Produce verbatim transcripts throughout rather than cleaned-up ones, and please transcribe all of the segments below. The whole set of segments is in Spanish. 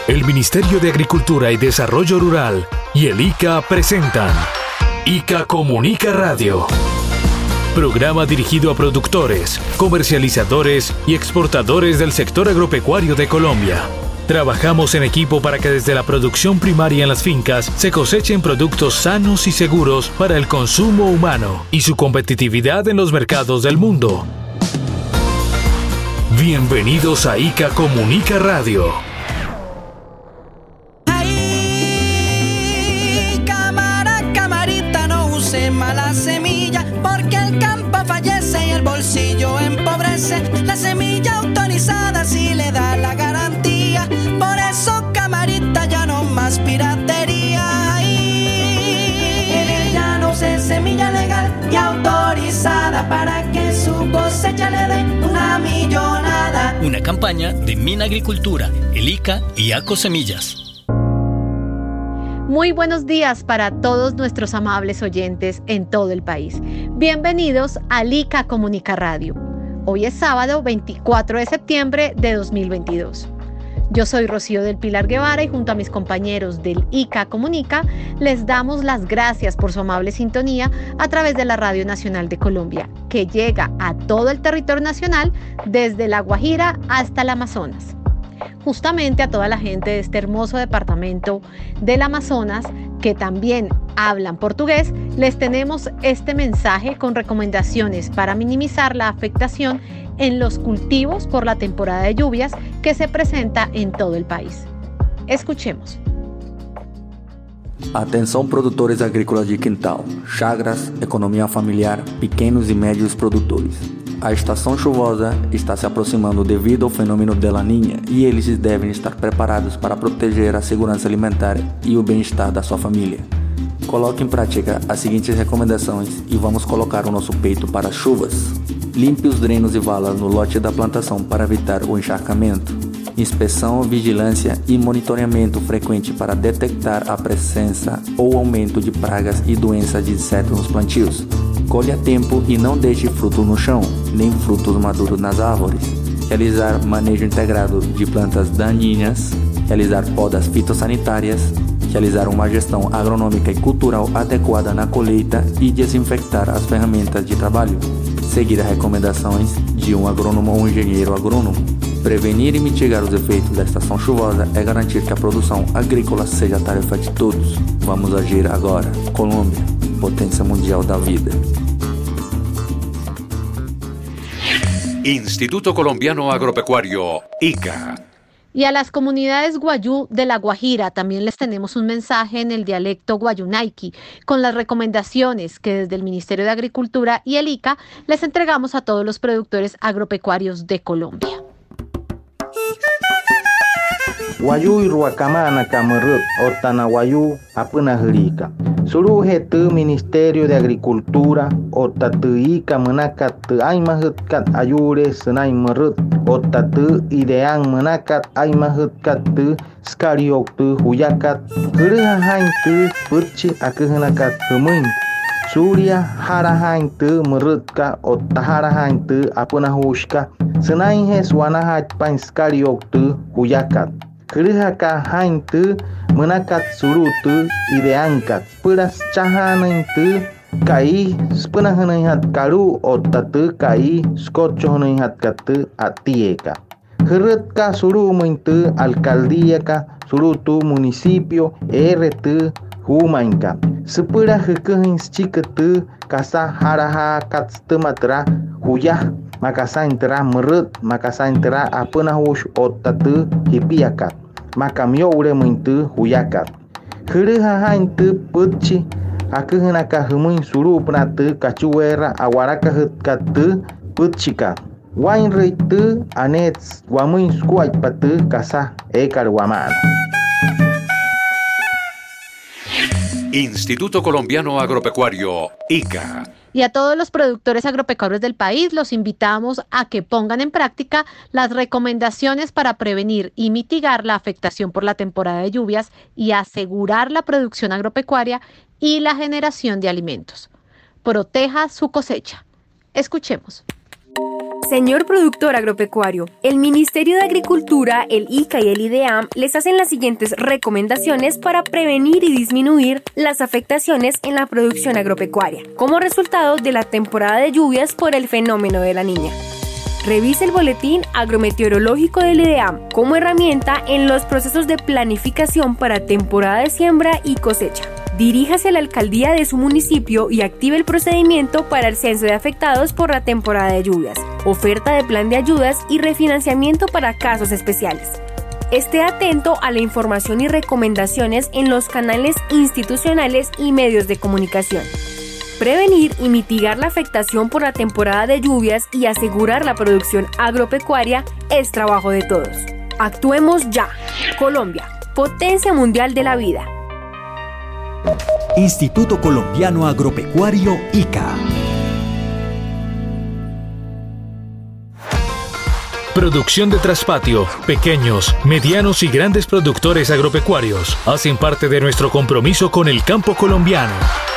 El Ministerio de Agricultura y Desarrollo Rural y el I C A presentan I C A Comunica Radio. Programa dirigido a productores, comercializadores y exportadores del sector agropecuario de Colombia. Trabajamos en equipo para que desde la producción primaria en las fincas se cosechen productos sanos y seguros para el consumo humano y su competitividad en los mercados del mundo. Bienvenidos a I C A Comunica Radio. Ay, cámara, camarita, no use mala semilla, porque el campo fallece y el bolsillo empobrece. La semilla autorizada sí le da la garantía, por eso, camarita, ya no más piratería. Ay, en ella no use semilla legal y autorizada para que su cosecha le dé una millonada. Una campaña de Minagricultura, el I C A y ACO Semillas. Muy buenos días para todos nuestros amables oyentes en todo el país. Bienvenidos al I C A Comunica Radio. Hoy es sábado veinticuatro de septiembre de dos mil veintidós. Yo soy Rocío del Pilar Guevara y junto a mis compañeros del I C A Comunica les damos las gracias por su amable sintonía a través de la Radio Nacional de Colombia, que llega a todo el territorio nacional desde La Guajira hasta el Amazonas. Justamente a toda la gente de este hermoso departamento del Amazonas que también hablan portugués, les tenemos este mensaje con recomendaciones para minimizar la afectación en los cultivos por la temporada de lluvias que se presenta en todo el país. Escuchemos. Atenção produtores agrícolas de quintal, chagras, economia familiar, pequenos e médios produtores. A estação chuvosa está se aproximando devido ao fenômeno de La Niña e eles devem estar preparados para proteger a segurança alimentar e o bem-estar da sua família. Coloque em prática as seguintes recomendações e vamos colocar o nosso peito para as chuvas. Limpe os drenos e valas no lote da plantação para evitar o encharcamento. Inspeção, vigilância e monitoramento frequente para detectar a presença ou aumento de pragas e doenças de insetos nos plantios. Colhe a tempo e não deixe frutos no chão, nem frutos maduros nas árvores. Realizar manejo integrado de plantas daninhas, realizar podas fitossanitárias, realizar uma gestão agronômica e cultural adequada na colheita e desinfectar as ferramentas de trabalho. Seguir as recomendações de um agrônomo ou engenheiro agrônomo. Prevenir e mitigar os efeitos da estação chuvosa é garantir que a produção agrícola seja tarefa de todos. Vamos agir agora. Colômbia, potência mundial da vida. Instituto Colombiano Agropecuario, I C A. Y a las comunidades guayú de La Guajira también les tenemos un mensaje en el dialecto guayunaiqui con las recomendaciones que desde el Ministerio de Agricultura y el I C A les entregamos a todos los productores agropecuarios de Colombia. Wayu ruakamana kamerut otana wayu apuna hrika. Suru hetu Ministerio de Agricultura otatu ika menakat tu aimahut kat ayure senai merut otatu ideang menakat aimahut kat tu skariok tu huyakat hrehahain tu perci akehnakat hemuin. Surya harahain tu merut ka otaharahain tu apuna huska senai hes wanahat pain skariok tu huyakat. Kerihaka hain tu menakat suru tu ideangkat peras cahanan tu kai sepena hanaihat karu otatu kai skocho hanaihat katu atieka heret ka suru mentu alcaldía ka suru tu municipio R tu humainka sepeda hekehin cikatu kasa haraha kat tematra huyah maka saintera merut maka saintera apena hush otatu hipiakat maka mio ure mentu huyakat hrehahain tu perci akehna hemuin suru penatu kacuera awaraka hetkatu percika wain reitu anets wamuin skuai patu kasah ekar waman. Instituto Colombiano Agropecuario, I C A. Y a todos los productores agropecuarios del país los invitamos a que pongan en práctica las recomendaciones para prevenir y mitigar la afectación por la temporada de lluvias y asegurar la producción agropecuaria y la generación de alimentos. Proteja su cosecha. Escuchemos. Señor productor agropecuario, el Ministerio de Agricultura, el I C A y el IDEAM les hacen las siguientes recomendaciones para prevenir y disminuir las afectaciones en la producción agropecuaria, como resultado de la temporada de lluvias por el fenómeno de la Niña. Revise el boletín agrometeorológico del IDEAM como herramienta en los procesos de planificación para temporada de siembra y cosecha. Diríjase a la alcaldía de su municipio y active el procedimiento para el censo de afectados por la temporada de lluvias, oferta de plan de ayudas y refinanciamiento para casos especiales. Esté atento a la información y recomendaciones en los canales institucionales y medios de comunicación. Prevenir y mitigar la afectación por la temporada de lluvias y asegurar la producción agropecuaria es trabajo de todos. Actuemos ya. Colombia, potencia mundial de la vida. Instituto Colombiano Agropecuario I C A. Producción de traspatio. Pequeños, medianos y grandes productores agropecuarios hacen parte de nuestro compromiso con el campo colombiano.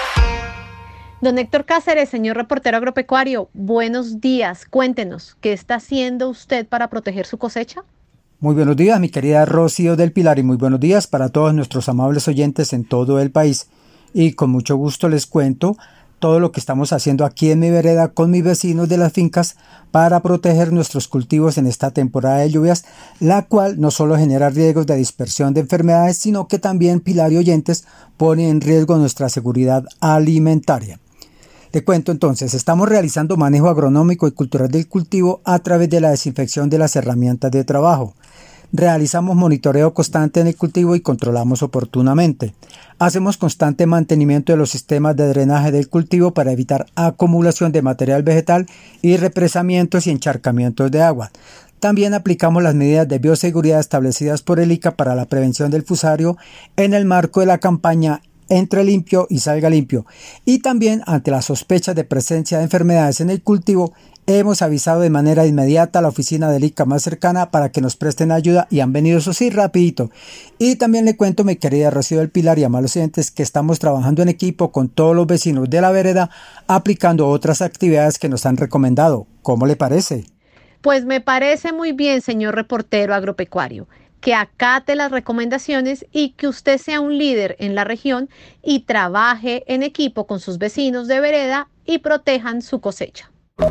Don Héctor Cáceres, señor reportero agropecuario, buenos días. Cuéntenos, ¿qué está haciendo usted para proteger su cosecha? Muy buenos días, mi querida Rocío del Pilar, y muy buenos días para todos nuestros amables oyentes en todo el país. Y con mucho gusto les cuento todo lo que estamos haciendo aquí en mi vereda con mis vecinos de las fincas para proteger nuestros cultivos en esta temporada de lluvias, la cual no solo genera riesgos de dispersión de enfermedades, sino que también, Pilar y oyentes, pone en riesgo nuestra seguridad alimentaria. Te cuento entonces, estamos realizando manejo agronómico y cultural del cultivo a través de la desinfección de las herramientas de trabajo. Realizamos monitoreo constante en el cultivo y controlamos oportunamente. Hacemos constante mantenimiento de los sistemas de drenaje del cultivo para evitar acumulación de material vegetal y represamientos y encharcamientos de agua. También aplicamos las medidas de bioseguridad establecidas por el I C A para la prevención del fusario en el marco de la campaña Entre limpio y salga limpio. Y también ante la sospecha de presencia de enfermedades en el cultivo, hemos avisado de manera inmediata a la oficina del I C A más cercana para que nos presten ayuda y han venido, eso sí, rapidito. Y también le cuento, mi querida Rocío del Pilar y amables oyentes, que estamos trabajando en equipo con todos los vecinos de la vereda aplicando otras actividades que nos han recomendado. ¿Cómo le parece? Pues me parece muy bien, señor reportero agropecuario, que acate las recomendaciones y que usted sea un líder en la región y trabaje en equipo con sus vecinos de vereda y protejan su cosecha.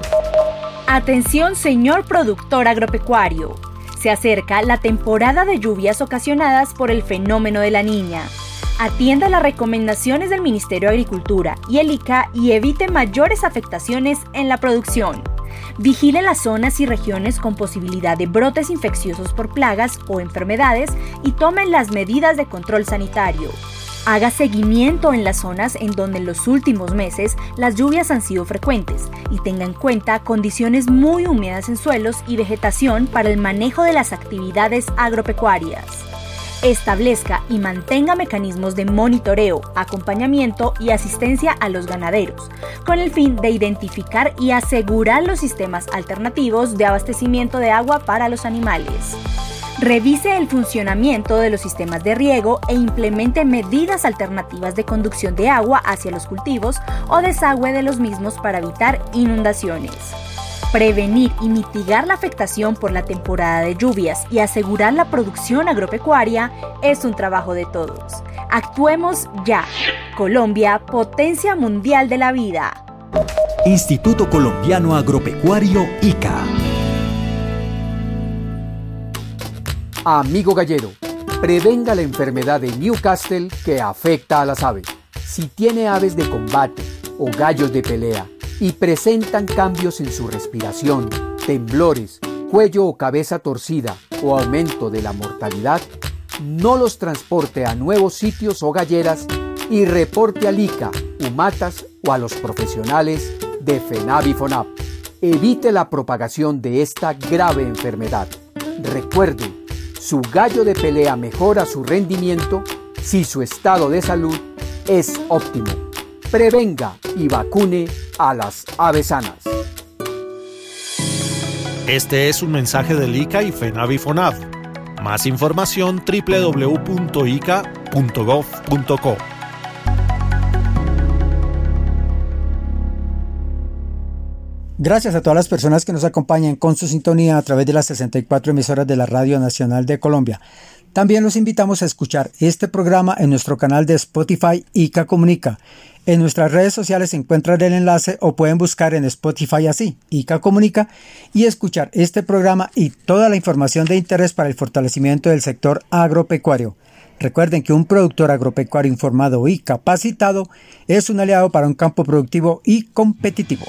Atención, señor productor agropecuario. Se acerca la temporada de lluvias ocasionadas por el fenómeno de la Niña. Atienda las recomendaciones del Ministerio de Agricultura y el I C A y evite mayores afectaciones en la producción. Vigile las zonas y regiones con posibilidad de brotes infecciosos por plagas o enfermedades y tomen las medidas de control sanitario. Haga seguimiento en las zonas en donde en los últimos meses las lluvias han sido frecuentes y tenga en cuenta condiciones muy húmedas en suelos y vegetación para el manejo de las actividades agropecuarias. Establezca y mantenga mecanismos de monitoreo, acompañamiento y asistencia a los ganaderos, con el fin de identificar y asegurar los sistemas alternativos de abastecimiento de agua para los animales. Revise el funcionamiento de los sistemas de riego e implemente medidas alternativas de conducción de agua hacia los cultivos o desagüe de los mismos para evitar inundaciones. Prevenir y mitigar la afectación por la temporada de lluvias y asegurar la producción agropecuaria es un trabajo de todos. Actuemos ya. Colombia, potencia mundial de la vida. Instituto Colombiano Agropecuario I C A. Amigo gallero, prevenga la enfermedad de Newcastle que afecta a las aves. Si tiene aves de combate o gallos de pelea y presentan cambios en su respiración, temblores, cuello o cabeza torcida o aumento de la mortalidad, no los transporte a nuevos sitios o galleras y reporte al I C A, UMATAS o a los profesionales de FENAV y FONAP. Evite la propagación de esta grave enfermedad. Recuerde, su gallo de pelea mejora su rendimiento si su estado de salud es óptimo. Prevenga y vacune a las aves sanas. Este es un mensaje del I C A y FENAV y FONAV. Más información doble u doble u doble u punto i c a punto gov punto co. Gracias a todas las personas que nos acompañan con su sintonía a través de las sesenta y cuatro emisoras de la Radio Nacional de Colombia. También los invitamos a escuchar este programa en nuestro canal de Spotify ICA Comunica. En nuestras redes sociales se encuentra el enlace o pueden buscar en Spotify así, ICA Comunica, y escuchar este programa y toda la información de interés para el fortalecimiento del sector agropecuario. Recuerden que un productor agropecuario informado y capacitado es un aliado para un campo productivo y competitivo.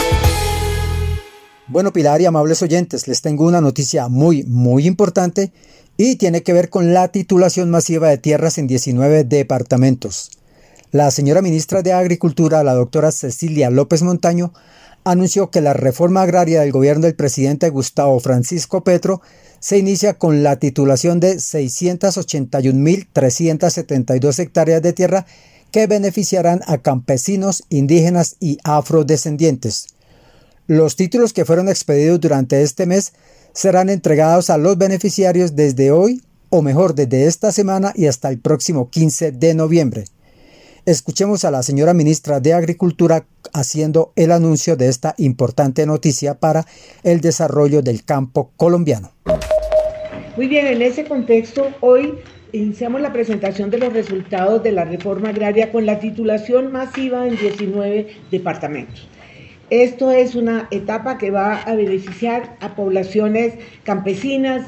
Bueno, Pilar y amables oyentes, les tengo una noticia muy, muy importante y tiene que ver con la titulación masiva de tierras en diecinueve departamentos. La señora ministra de Agricultura, la doctora Cecilia López Montaño, anunció que la reforma agraria del gobierno del presidente Gustavo Francisco Petro se inicia con la titulación de seiscientas ochenta y un mil trescientas setenta y dos hectáreas de tierra que beneficiarán a campesinos, indígenas y afrodescendientes. Los títulos que fueron expedidos durante este mes serán entregados a los beneficiarios desde hoy, o mejor, desde esta semana y hasta el próximo quince de noviembre. Escuchemos a la señora ministra de Agricultura haciendo el anuncio de esta importante noticia para el desarrollo del campo colombiano. Muy bien, en ese contexto, hoy iniciamos la presentación de los resultados de la reforma agraria con la titulación masiva en diecinueve departamentos. Esto es una etapa que va a beneficiar a poblaciones campesinas,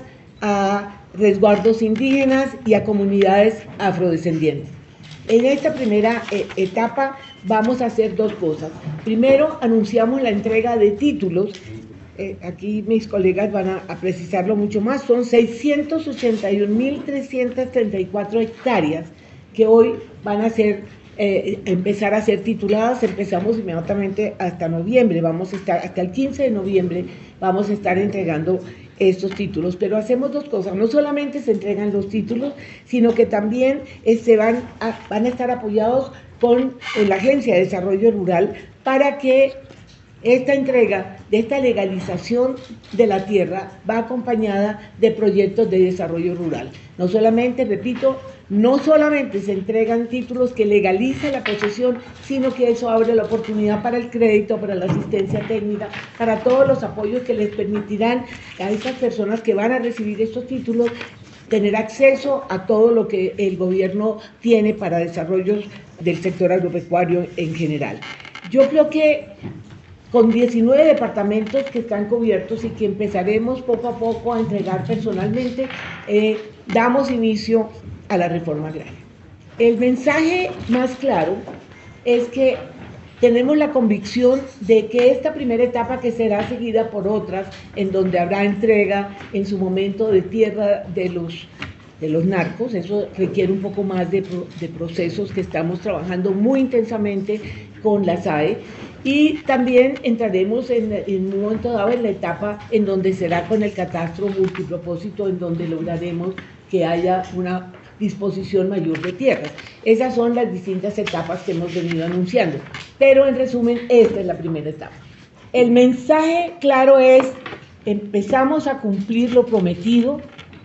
a resguardos indígenas y a comunidades afrodescendientes. En esta primera eh, etapa vamos a hacer dos cosas. Primero, anunciamos la entrega de títulos. Eh, aquí mis colegas van a, a precisarlo mucho más. Son seiscientas ochenta y un mil trescientas treinta y cuatro hectáreas que hoy van a ser Eh, empezar a ser tituladas. Empezamos inmediatamente hasta noviembre, vamos a estar hasta el quince de noviembre, vamos a estar entregando estos títulos, pero hacemos dos cosas, no solamente se entregan los títulos, sino que también eh, se van a, van a estar apoyados con eh, la Agencia de Desarrollo Rural para que esta entrega de esta legalización de la tierra va acompañada de proyectos de desarrollo rural. No solamente, repito, no solamente se entregan títulos que legalizan la posesión, sino que eso abre la oportunidad para el crédito, para la asistencia técnica, para todos los apoyos que les permitirán a esas personas que van a recibir estos títulos tener acceso a todo lo que el gobierno tiene para desarrollos del sector agropecuario en general. Yo creo que con diecinueve departamentos que están cubiertos y que empezaremos poco a poco a entregar personalmente, eh, damos inicio a la reforma agraria. El mensaje más claro es que tenemos la convicción de que esta primera etapa, que será seguida por otras, en donde habrá entrega en su momento de tierra de los, de los narcos, eso requiere un poco más de, de procesos que estamos trabajando muy intensamente con la S A E, y también entraremos en, en un momento dado en la etapa en donde será con el catastro multipropósito, en donde lograremos que haya una disposición mayor de tierras. Esas son las distintas etapas que hemos venido anunciando, pero en resumen, esta es la primera etapa. El mensaje claro es: empezamos a cumplir lo prometido,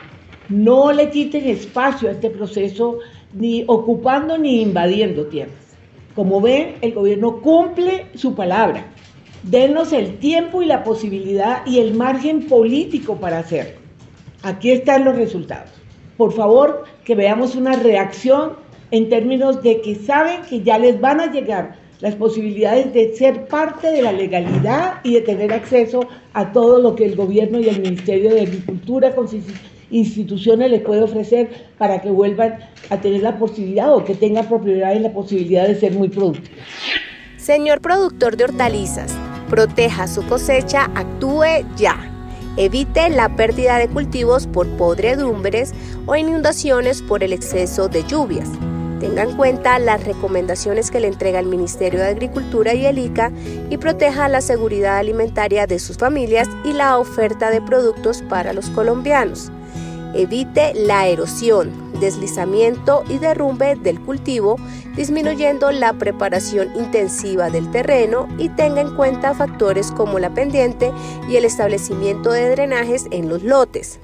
no le quiten espacio a este proceso, ni ocupando ni invadiendo tierras. Como ven, el gobierno cumple su palabra. Denos el tiempo y la posibilidad y el margen político para hacerlo. Aquí están los resultados. Por favor, que veamos una reacción en términos de que saben que ya les van a llegar las posibilidades de ser parte de la legalidad y de tener acceso a todo lo que el gobierno y el Ministerio de Agricultura con sus instituciones les puede ofrecer para que vuelvan a tener la posibilidad o que tengan propiedad y la posibilidad de ser muy productivos. Señor productor de hortalizas, proteja su cosecha, actúe ya. Evite la pérdida de cultivos por podredumbres o inundaciones por el exceso de lluvias. Tenga en cuenta las recomendaciones que le entrega el Ministerio de Agricultura y el ICA y proteja la seguridad alimentaria de sus familias y la oferta de productos para los colombianos. Evite la erosión, deslizamiento y derrumbe del cultivo, disminuyendo la preparación intensiva del terreno, y tenga en cuenta factores como la pendiente y el establecimiento de drenajes en los lotes.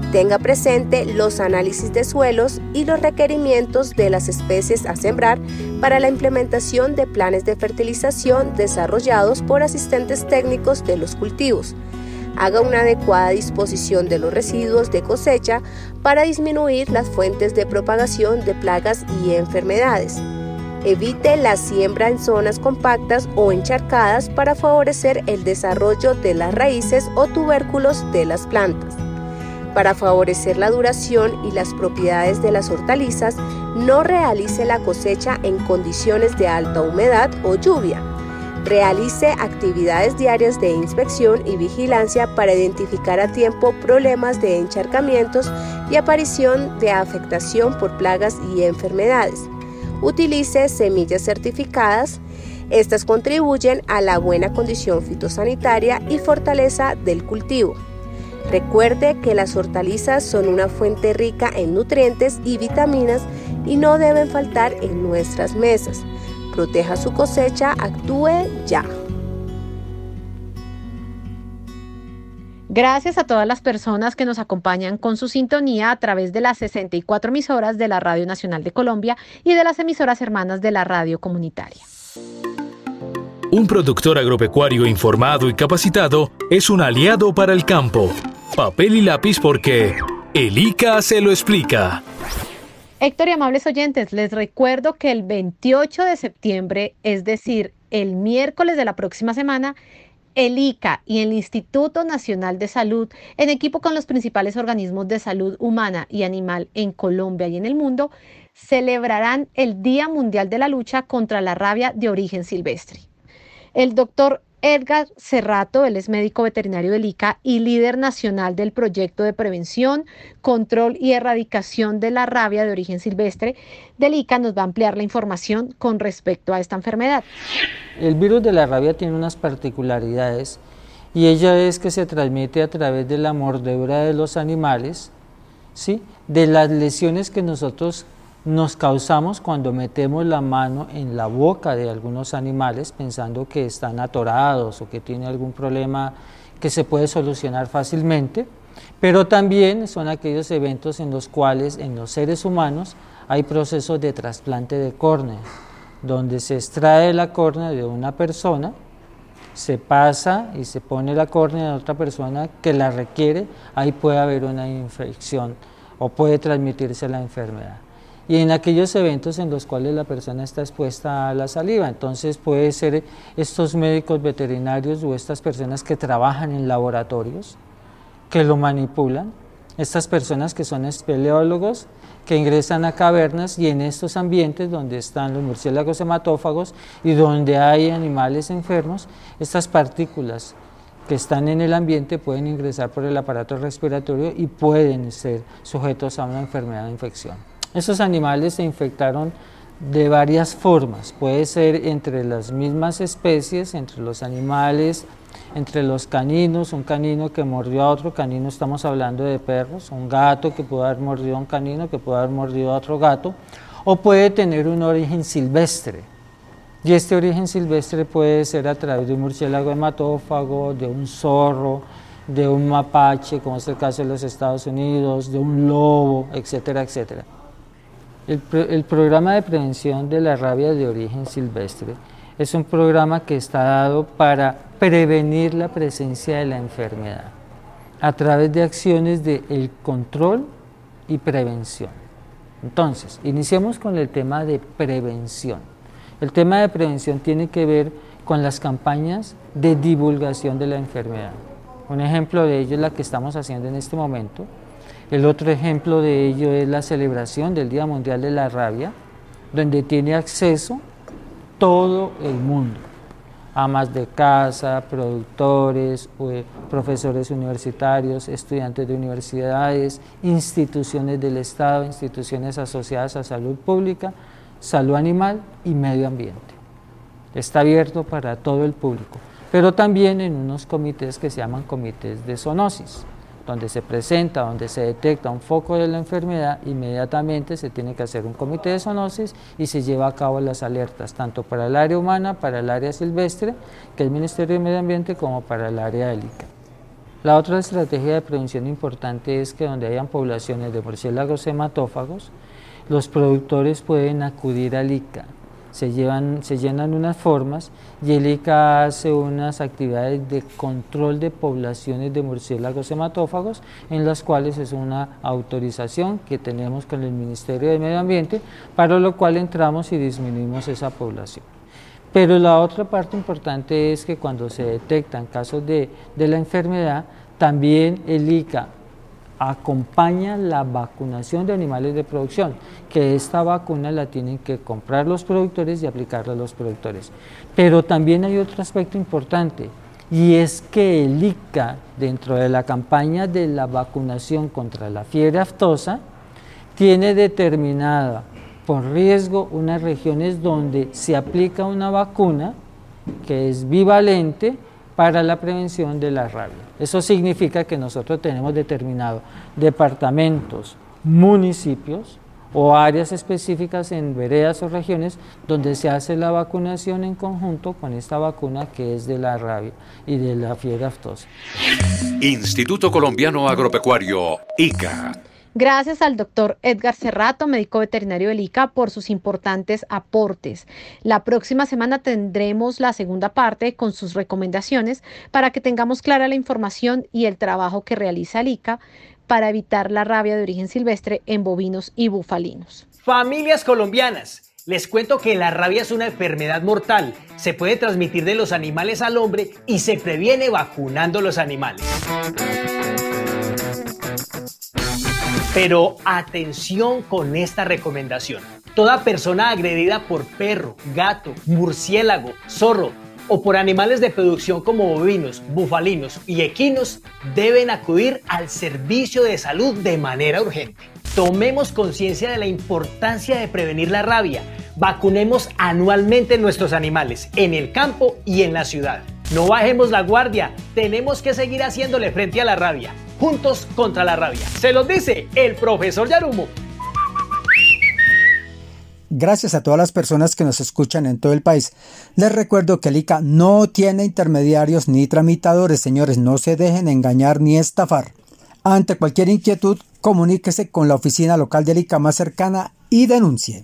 Tenga presente los análisis de suelos y los requerimientos de las especies a sembrar para la implementación de planes de fertilización desarrollados por asistentes técnicos de los cultivos. Haga una adecuada disposición de los residuos de cosecha para disminuir las fuentes de propagación de plagas y enfermedades. Evite la siembra en zonas compactas o encharcadas para favorecer el desarrollo de las raíces o tubérculos de las plantas. Para favorecer la duración y las propiedades de las hortalizas, no realice la cosecha en condiciones de alta humedad o lluvia. Realice actividades diarias de inspección y vigilancia para identificar a tiempo problemas de encharcamientos y aparición de afectación por plagas y enfermedades. Utilice semillas certificadas. Estas contribuyen a la buena condición fitosanitaria y fortaleza del cultivo. Recuerde que las hortalizas son una fuente rica en nutrientes y vitaminas y no deben faltar en nuestras mesas. Proteja su cosecha, actúe ya. Gracias a todas las personas que nos acompañan con su sintonía a través de las sesenta y cuatro emisoras de la Radio Nacional de Colombia y de las emisoras hermanas de la radio comunitaria. Un productor agropecuario informado y capacitado es un aliado para el campo. Papel y lápiz porque el I C A se lo explica. Héctor y amables oyentes, les recuerdo que el veintiocho de septiembre, es decir, el miércoles de la próxima semana, el I C A y el Instituto Nacional de Salud, en equipo con los principales organismos de salud humana y animal en Colombia y en el mundo, celebrarán el Día Mundial de la Lucha contra la Rabia de Origen Silvestre. El doctor Edgar Cerrato, él es médico veterinario del I C A y líder nacional del proyecto de prevención, control y erradicación de la rabia de origen silvestre del I C A, nos va a ampliar la información con respecto a esta enfermedad. El virus de la rabia tiene unas particularidades y ella es que se transmite a través de la mordedura de los animales, ¿sí? De las lesiones que nosotros nos causamos cuando metemos la mano en la boca de algunos animales pensando que están atorados o que tienen algún problema que se puede solucionar fácilmente, pero también son aquellos eventos en los cuales en los seres humanos hay procesos de trasplante de córnea, donde se extrae la córnea de una persona, se pasa y se pone la córnea de otra persona que la requiere, ahí puede haber una infección o puede transmitirse la enfermedad. Y en aquellos eventos en los cuales la persona está expuesta a la saliva, entonces puede ser estos médicos veterinarios o estas personas que trabajan en laboratorios, que lo manipulan, estas personas que son espeleólogos, que ingresan a cavernas y en estos ambientes donde están los murciélagos hematófagos y donde hay animales enfermos, estas partículas que están en el ambiente pueden ingresar por el aparato respiratorio y pueden ser sujetos a una enfermedad de infección. Esos animales se infectaron de varias formas, puede ser entre las mismas especies, entre los animales, entre los caninos, un canino que mordió a otro canino, estamos hablando de perros, un gato que puede haber mordido a un canino, que puede haber mordido a otro gato, o puede tener un origen silvestre. Y este origen silvestre puede ser a través de un murciélago hematófago, de un zorro, de un mapache, como es el caso de los Estados Unidos, de un lobo, etcétera, etcétera. El, el programa de prevención de la rabia de origen silvestre es un programa que está dado para prevenir la presencia de la enfermedad a través de acciones de el control y prevención. Entonces, iniciemos con el tema de prevención. El tema de prevención tiene que ver con las campañas de divulgación de la enfermedad. Un ejemplo de ello es la que estamos haciendo en este momento. El otro ejemplo de ello es la celebración del Día Mundial de la Rabia, donde tiene acceso todo el mundo, amas de casa, productores, profesores universitarios, estudiantes de universidades, instituciones del Estado, instituciones asociadas a salud pública, salud animal y medio ambiente. Está abierto para todo el público, pero también en unos comités que se llaman comités de zoonosis, donde se presenta, donde se detecta un foco de la enfermedad, inmediatamente se tiene que hacer un comité de zoonosis y se lleva a cabo las alertas, tanto para el área humana, para el área silvestre, que es el Ministerio de Medio Ambiente, como para el área del I C A. La otra estrategia de prevención importante es que donde hayan poblaciones de murciélagos hematófagos, los productores pueden acudir al I C A. Se, llevan, se llenan unas formas y el I C A hace unas actividades de control de poblaciones de murciélagos hematófagos, en las cuales es una autorización que tenemos con el Ministerio de Medio Ambiente, para lo cual entramos y disminuimos esa población. Pero la otra parte importante es que cuando se detectan casos de, de la enfermedad, también el I C A acompaña la vacunación de animales de producción, que esta vacuna la tienen que comprar los productores y aplicarla a los productores. Pero también hay otro aspecto importante, y es que el I C A, dentro de la campaña de la vacunación contra la fiebre aftosa, tiene determinada por riesgo unas regiones donde se aplica una vacuna que es bivalente para la prevención de la rabia. Eso significa que nosotros tenemos determinado departamentos, municipios o áreas específicas en veredas o regiones donde se hace la vacunación en conjunto con esta vacuna que es de la rabia y de la fiebre aftosa. Instituto Colombiano Agropecuario, I C A. Gracias al doctor Edgar Cerrato, médico veterinario del I C A, por sus importantes aportes. La próxima semana tendremos la segunda parte con sus recomendaciones para que tengamos clara la información y el trabajo que realiza el I C A para evitar la rabia de origen silvestre en bovinos y bufalinos. Familias colombianas, les cuento que la rabia es una enfermedad mortal. Se puede transmitir de los animales al hombre y se previene vacunando los animales. Pero atención con esta recomendación. Toda persona agredida por perro, gato, murciélago, zorro o por animales de producción como bovinos, bufalinos y equinos deben acudir al servicio de salud de manera urgente. Tomemos conciencia de la importancia de prevenir la rabia. Vacunemos anualmente nuestros animales en el campo y en la ciudad. No bajemos la guardia, tenemos que seguir haciéndole frente a la rabia. Juntos contra la rabia. Se los dice el profesor Yarumo. Gracias a todas las personas que nos escuchan en todo el país. Les recuerdo que el I C A no tiene intermediarios ni tramitadores, señores, no se dejen engañar ni estafar. Ante cualquier inquietud, comuníquese con la oficina local del I C A más cercana y denuncie.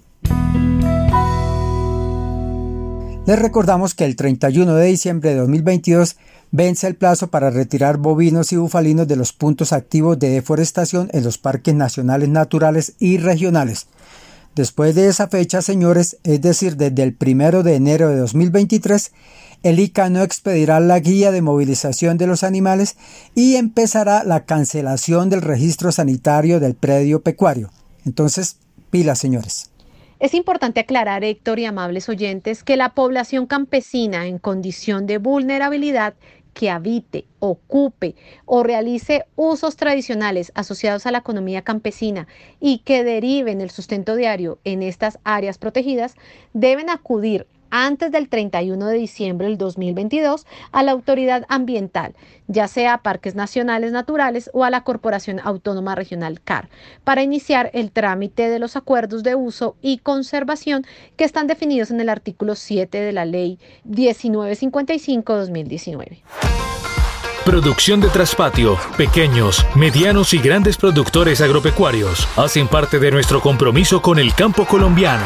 Les recordamos que el treinta y uno de diciembre de dos mil veintidós vence el plazo para retirar bovinos y bufalinos de los puntos activos de deforestación en los parques nacionales naturales y regionales. Después de esa fecha, señores, es decir, desde el primero de enero de dos mil veintitrés, el I C A no expedirá la guía de movilización de los animales y empezará la cancelación del registro sanitario del predio pecuario. Entonces, pilas, señores. Es importante aclarar, Héctor y amables oyentes, que la población campesina en condición de vulnerabilidad que habite, ocupe o realice usos tradicionales asociados a la economía campesina y que deriven el sustento diario en estas áreas protegidas, deben acudir antes del treinta y uno de diciembre del dos mil veintidós a la autoridad ambiental, ya sea a Parques Nacionales Naturales o a la Corporación Autónoma Regional C A R, para iniciar el trámite de los acuerdos de uso y conservación que están definidos en el artículo siete de la Ley diecinueve cincuenta y cinco guión dos mil diecinueve. Producción de traspatio. Pequeños, medianos y grandes productores agropecuarios hacen parte de nuestro compromiso con el campo colombiano.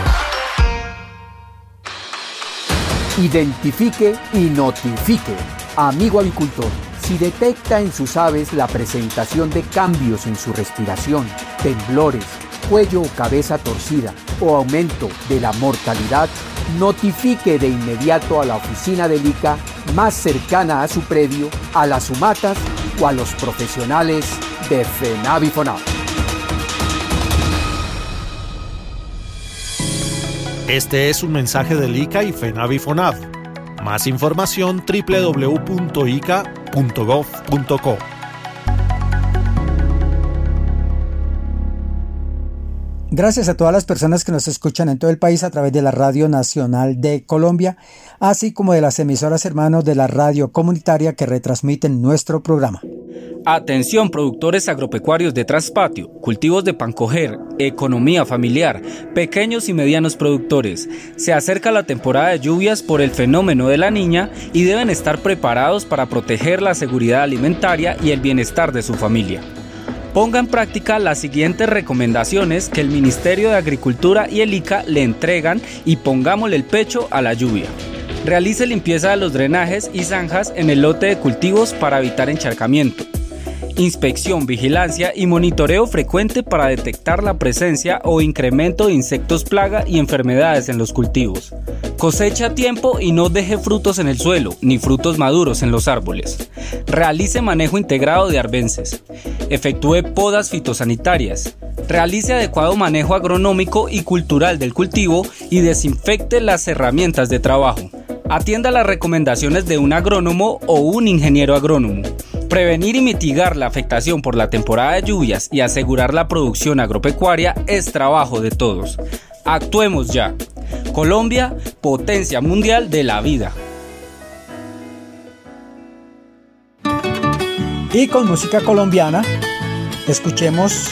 Identifique y notifique. Amigo avicultor, si detecta en sus aves la presentación de cambios en su respiración, temblores, cuello o cabeza torcida o aumento de la mortalidad, notifique de inmediato a la oficina del I C A más cercana a su predio, a las sumatas o a los profesionales de FENAV y FONAV. Este es un mensaje del I C A y FENAV y FONAV. Más información doble u doble u doble u punto i c a punto gov punto co. Gracias a todas las personas que nos escuchan en todo el país a través de la Radio Nacional de Colombia, así como de las emisoras hermanos de la radio comunitaria que retransmiten nuestro programa. Atención productores agropecuarios de traspatio, cultivos de pancoger, economía familiar, pequeños y medianos productores. Se acerca la temporada de lluvias por el fenómeno de la Niña y deben estar preparados para proteger la seguridad alimentaria y el bienestar de su familia. Ponga en práctica las siguientes recomendaciones que el Ministerio de Agricultura y el ICA le entregan y pongámosle el pecho a la lluvia. Realice limpieza de los drenajes y zanjas en el lote de cultivos para evitar encharcamiento. Inspección, vigilancia y monitoreo frecuente para detectar la presencia o incremento de insectos plaga y enfermedades en los cultivos. Cosecha a tiempo y no deje frutos en el suelo, ni frutos maduros en los árboles. Realice manejo integrado de arbences. Efectúe podas fitosanitarias. Realice adecuado manejo agronómico y cultural del cultivo y desinfecte las herramientas de trabajo. Atienda las recomendaciones de un agrónomo o un ingeniero agrónomo. Prevenir y mitigar la afectación por la temporada de lluvias y asegurar la producción agropecuaria es trabajo de todos. Actuemos ya. Colombia, potencia mundial de la vida. Y con música colombiana, escuchemos...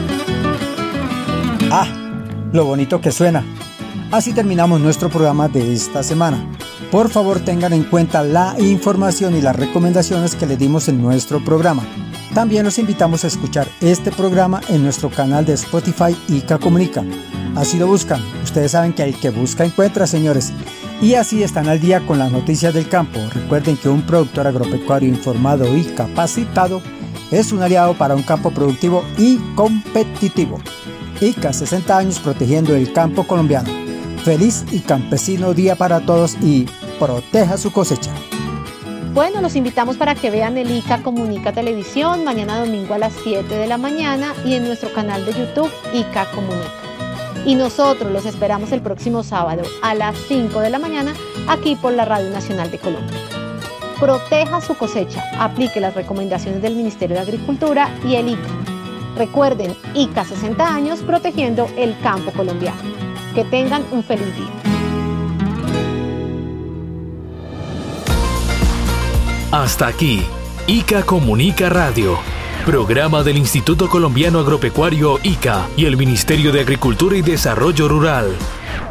¡Ah! Lo bonito que suena. Así terminamos nuestro programa de esta semana. Por favor, tengan en cuenta la información y las recomendaciones que les dimos en nuestro programa. También los invitamos a escuchar este programa en nuestro canal de Spotify ICA Comunica. Así lo buscan. Ustedes saben que el que busca encuentra, señores. Y así están al día con las noticias del campo. Recuerden que un productor agropecuario informado y capacitado es un aliado para un campo productivo y competitivo. ICA, sesenta años protegiendo el campo colombiano. Feliz y campesino día para todos y proteja su cosecha. Bueno, los invitamos para que vean el ICA Comunica Televisión mañana domingo a las siete de la mañana y en nuestro canal de YouTube ICA Comunica. Y nosotros los esperamos el próximo sábado a las cinco de la mañana aquí por la Radio Nacional de Colombia. Proteja su cosecha, aplique las recomendaciones del Ministerio de Agricultura y el ICA. Recuerden, ICA sesenta años protegiendo el campo colombiano. Que tengan un feliz día. Hasta aquí, ICA Comunica Radio, programa del Instituto Colombiano Agropecuario ICA y el Ministerio de Agricultura y Desarrollo Rural.